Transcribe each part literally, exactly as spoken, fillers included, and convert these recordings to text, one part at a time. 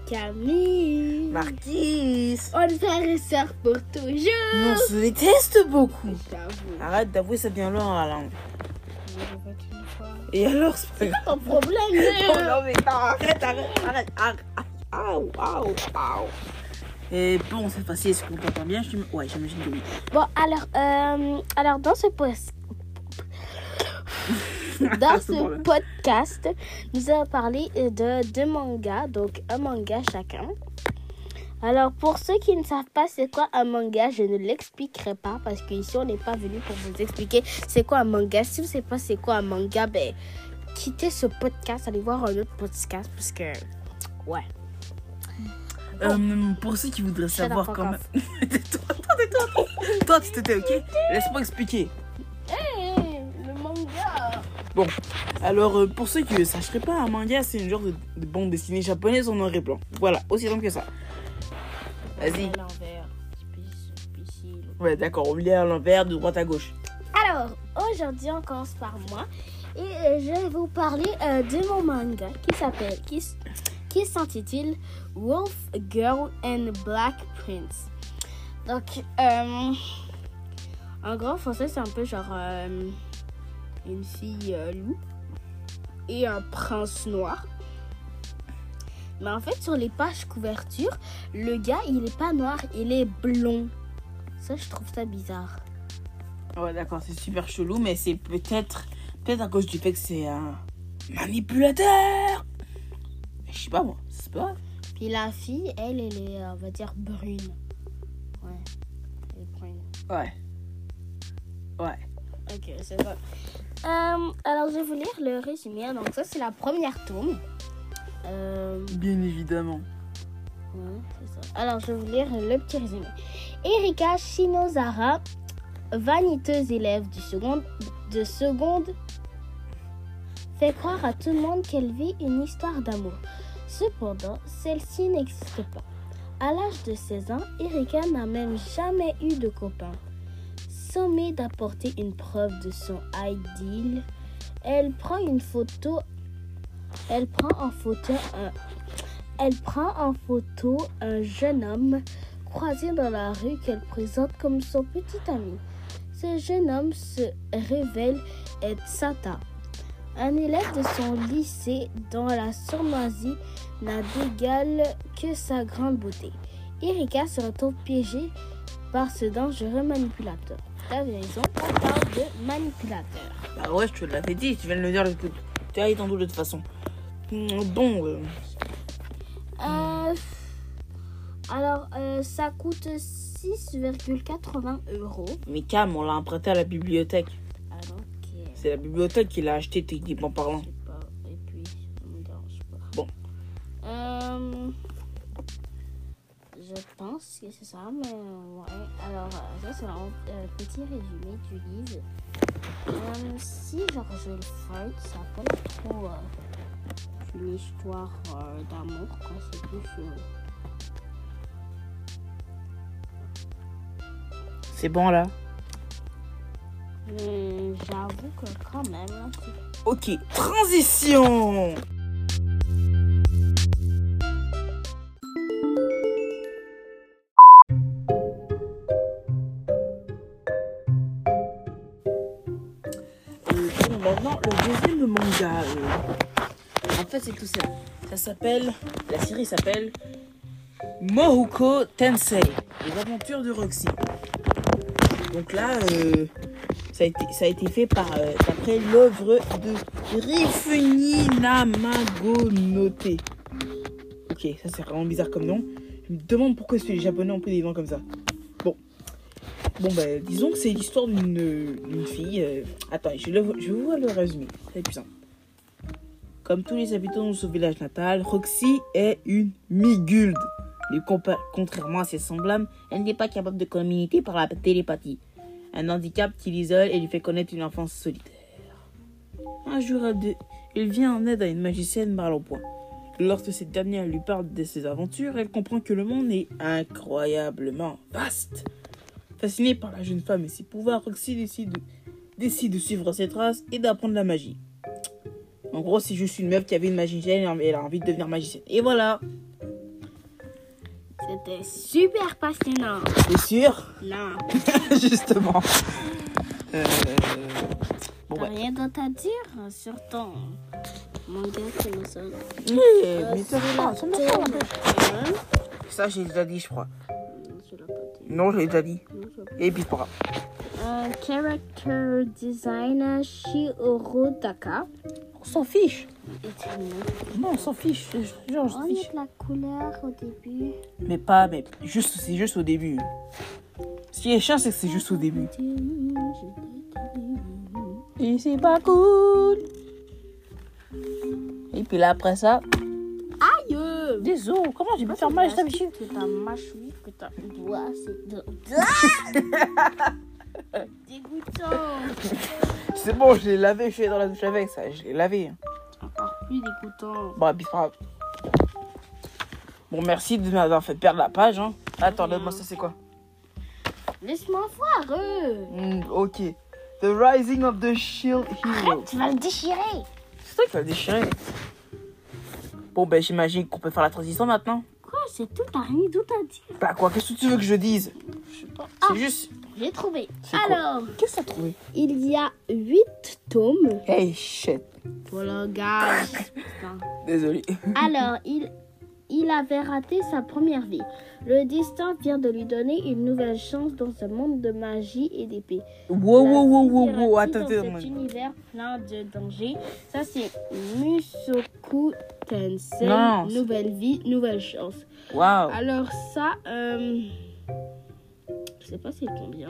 Camille. Marquis. On est frères et sœurs pour toujours. On se déteste beaucoup. J'avoue. Arrête d'avouer, ça devient lourd à la langue. Je l'ai fait une fois. Et alors, c'est pas grave. Ton problème, Oh là. non, mais non, arrête, arrête, arrête, arrête. Aïe, aïe, aïe. Et bon, cette fois-ci, est-ce qu'on t'entend bien? Je... Ouais, j'imagine que oui. Bon, alors, euh, alors dans ce post... Dans ce podcast, nous allons parler de deux mangas, donc un manga chacun. Alors, pour ceux qui ne savent pas c'est quoi un manga, je ne l'expliquerai pas parce qu'ici, on n'est pas venu pour vous expliquer c'est quoi un manga. Si vous ne savez pas c'est quoi un manga, ben, quittez ce podcast, allez voir un autre podcast parce que, ouais. Euh, pour ceux qui voudraient Shut savoir up, quand fuck même... Tais-toi, toi, tais-toi. Toi, tu t'étais, ok? Laisse-moi expliquer. Hey, le manga. Bon, alors euh, pour ceux qui ne sacheraient pas, un manga c'est une genre de, de bande dessinée japonaise en noir et blanc. Voilà, aussi simple que ça. Vas-y. À l'envers. Difficile. Ouais, d'accord, on lit à l'envers, de droite à gauche. Alors, aujourd'hui, on commence par moi. Et euh, je vais vous parler euh, de mon manga qui s'appelle, qui, s- qui s'intitule Wolf Girl and Black Prince. Donc, euh, en gros, en français, c'est un peu genre euh, une fille euh, loup et un prince noir. Mais en fait, sur les pages couverture, le gars, il est pas noir, il est blond. Ça, je trouve ça bizarre. Ouais, d'accord, c'est super chelou, mais c'est peut-être peut-être à cause du fait que c'est un manipulateur. Je sais pas moi, c'est pas. Puis la fille, elle, elle est, on va dire, brune. Ouais, elle est brune. Ouais. Ouais. Ok, c'est ça. Euh, alors, je vais vous lire le résumé. Donc, ça, c'est la première tome. Euh, Bien évidemment. ouais, c'est ça. Alors, je vais vous lire le petit résumé. Erika Shinozara, vaniteuse élève du second, de seconde, fait croire à tout le monde qu'elle vit une histoire d'amour. Cependant, celle-ci n'existe pas. À l'âge de seize ans, Erika n'a même jamais eu de copain. Sommée d'apporter une preuve de son idylle, elle prend une photo. Elle prend en photo un. Elle prend en photo un jeune homme croisé dans la rue qu'elle présente comme son petit ami. Ce jeune homme se révèle être Sata, un élève de son lycée dont la sournoisie n'a d'égal que sa grande beauté. Erika se retrouve piégée par ce dangereux manipulateur. T'avais raison, on parle de manipulateur. Bah ouais, je te l'avais dit, tu viens de le dire le coup. Tu as entendu de toute façon. Bon, euh, Euh, alors, euh, ça coûte six virgule quatre-vingts euros. mais Cam, on l'a emprunté à la bibliothèque. Alors, ok. C'est la bibliothèque qui l'a acheté techniquement parlant. Je sais pas. Et puis, ça me dérange pas. Bon. Euh, je pense que c'est ça, mais ouais. Alors, euh, ça, c'est un euh, petit résumé du livre. Euh, si, genre, je le feuille, ça n'a pas l'air trop euh, une histoire euh, d'amour, quoi. C'est plus. Euh, C'est bon là? mais j'avoue que quand même, là, c'est- Ok, transition. Euh, bon, maintenant, le deuxième manga. euh, En fait, c'est tout ça. Ça s'appelle. La série s'appelle Mohuko Tensei, les aventures de Roxy. Donc là, euh, ça, a été, ça a été fait par euh, d'après l'œuvre de Rifuni Namagonote. Ok, ça c'est vraiment bizarre comme nom. Je me demande pourquoi est-ce que les Japonais ont pris des noms comme ça. Bon, bon bah disons que c'est l'histoire d'une euh, d'une fille. Euh... Attends, je, le, je vous vois le résumé. C'est plus simple. Comme tous les habitants de son village natal, Roxy est une migulde. Mais compa- contrairement à ses semblables, elle n'est pas capable de communiquer par la télépathie. Un handicap qui l'isole et lui fait connaître une enfance solitaire. Un jour à deux, il vient en aide à une magicienne mal au point. Lorsque cette dernière lui parle de ses aventures, elle comprend que le monde est incroyablement vaste. Fascinée par la jeune femme et ses pouvoirs, Roxy décide de, décide de suivre ses traces et d'apprendre la magie. En gros, c'est juste une meuf qui avait une magicienne et elle a envie de devenir magicienne. Et voilà. C'était super passionnant. T'es sûr? Non. Justement. Euh... Bon, T'as bah. rien d'autre à dire sur ton manga qui nous sonne. Eh, mais t'as pas, ça me parle. Hein? Ça, j'ai déjà dit, je crois. Non, je l'ai pas dit. Non, je l'ai déjà dit. Non, je l'ai pas dit. Et puis, c'est pas grave. Euh, character designer Shioro Taka. On s'en fiche. Et terminé. Non, on s'en fiche. Genre, on Oh, s'en il y a fiche. de la couleur au début. Mais pas, mais juste, c'est juste au début. Ce qui est chiant, c'est que c'est juste au début. Et c'est pas cool. Et puis là, après ça. Aïe! Désolé, comment j'ai pu faire mal d'habitude? Que ta mâchoire, que ta doigt, c'est de... Dégoûtant. C'est bon, je l'ai lavé, je suis allé dans la douche avec ça. Je l'ai lavé. Encore plus dégoûtant. Bon, puis c'est pas grave. Bon, merci de m'avoir fait perdre la page. Hein. Attends, donne-moi ça, c'est quoi? Laisse-moi voir, eux. Hmm, ok. The Rising of the Shield Hero. Arrête, tu vas le déchirer. C'est toi qui vas le déchirer. Bon, ben j'imagine qu'on peut faire la transition maintenant. Quoi, c'est tout, t'as rien d'autre à dire. Bah quoi, qu'est-ce que tu veux que je dise? Je sais pas. C'est Ah, juste... j'ai trouvé. C'est quoi? Alors, Qu'est-ce que t'as trouvé? il y a huit tomes. Hey, shit. Voilà, guys. Putain. Désolé. Alors, il, il avait raté sa première vie. Le destin vient de lui donner une nouvelle chance dans ce monde de magie et d'épée. Wow, wow, wow, wow, La vie wow. érotise Attends, dans attends. cet univers plein de dangers. Ça, c'est Musoku Tensei. Non. Nouvelle vie, nouvelle chance. Wow. Alors ça, euh, je sais pas c'est combien.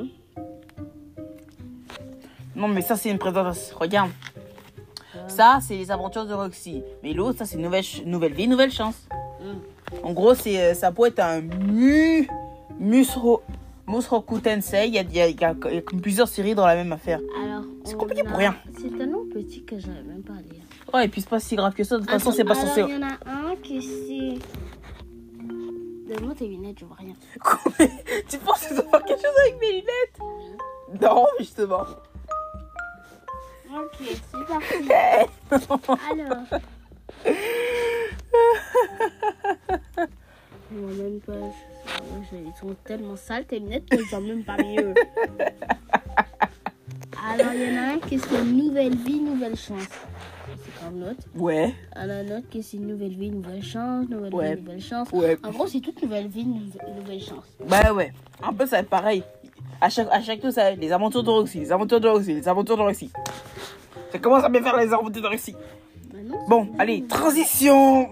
Non, mais ça, c'est une présentation. Regarde. Ça, c'est les aventures de Roxy. Mais l'autre, ça, c'est nouvelle, ch- nouvelle vie, nouvelle chance. Mm. En gros, c'est, euh, ça peut être un mu... Musro... Mushoku Tensei. Il y a, il y a- il y a- il y a comme plusieurs séries dans la même affaire. Alors, C'est on compliqué a- pour rien. C'est tellement petit que j'avais même pas à lire. Ouais, et puis c'est pas si grave que ça. De toute façon, Attends, c'est pas alors, censé... il y en a un qui c'est... Donne-moi tes lunettes, je vois rien. Tu penses que ça va faire quelque chose avec mes lunettes? Non, justement. Ok, c'est parti. Alors. Moi même pas. je- Ils sont tellement sales tes lunettes que je vois même pas mieux. Alors il y en a un qui c'est nouvelle vie, nouvelle chance. C'est comme l'autre. Ouais, Alors un autre qui c'est nouvelle vie, nouvelle chance, nouvelle Ouais. vie, nouvelle chance. ouais. En gros c'est toute nouvelle vie, nouvelle, nouvelle chance. Bah ouais. Un peu, ça va être pareil. À chaque, à chaque tour, ça va être les aventures de Roxy, les aventures de Roxy, les aventures de Roxy. Ça commence à bien faire les aventures de Roxy. Maintenant, c'est- Bon, allez, transition.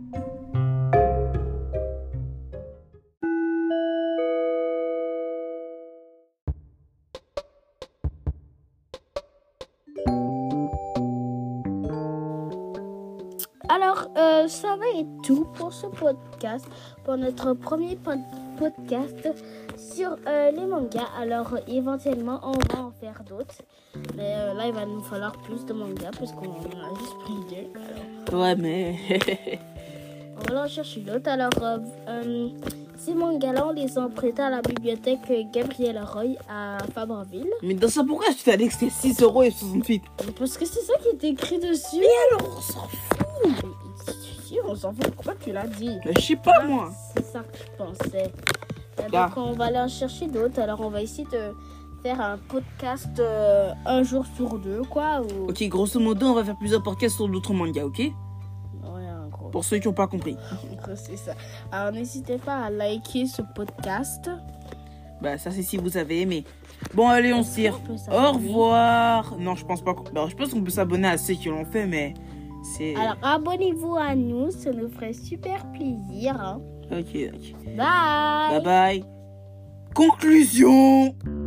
Alors, euh, ça va être tout pour ce podcast, pour notre premier pod- podcast sur euh, les mangas. Alors, euh, éventuellement, on va en faire d'autres. Mais euh, là, il va nous falloir plus de mangas parce qu'on en a juste pris deux. Alors, Ouais, mais... on va en chercher d'autres. Alors, euh, euh, ces mangas-là, on les a empruntés à la bibliothèque Gabriel Roy à Fabreville. mais dans ça, pourquoi tu t'as dit que c'était six euros et soixante-huit? Parce que c'est ça qui est écrit dessus. Alors, on s'en fout. Si, on s'en fout. Pourquoi tu l'as dit? Mais je sais pas, moi. C'est ça que je pensais. Et Ah. donc, on va aller en chercher d'autres. Alors, on va essayer de faire un podcast euh, un jour sur deux, quoi. Ou... Ok, grosso modo, on va faire plusieurs podcasts sur d'autres mangas, ok? Ouais, en gros. Pour ceux qui n'ont pas compris. En gros, c'est ça. Alors, n'hésitez pas à liker ce podcast. Bah, ça, c'est si vous avez aimé. Bon, allez, on se tire. On peut s'abonner. Au revoir. Non, je pense pas. qu'on- bah, je pense qu'on peut s'abonner à ceux qui l'ont fait, mais c'est... Alors, abonnez-vous à nous. Ça nous ferait super plaisir. Hein. Ok, ok. Bye. Bye bye. Conclusion.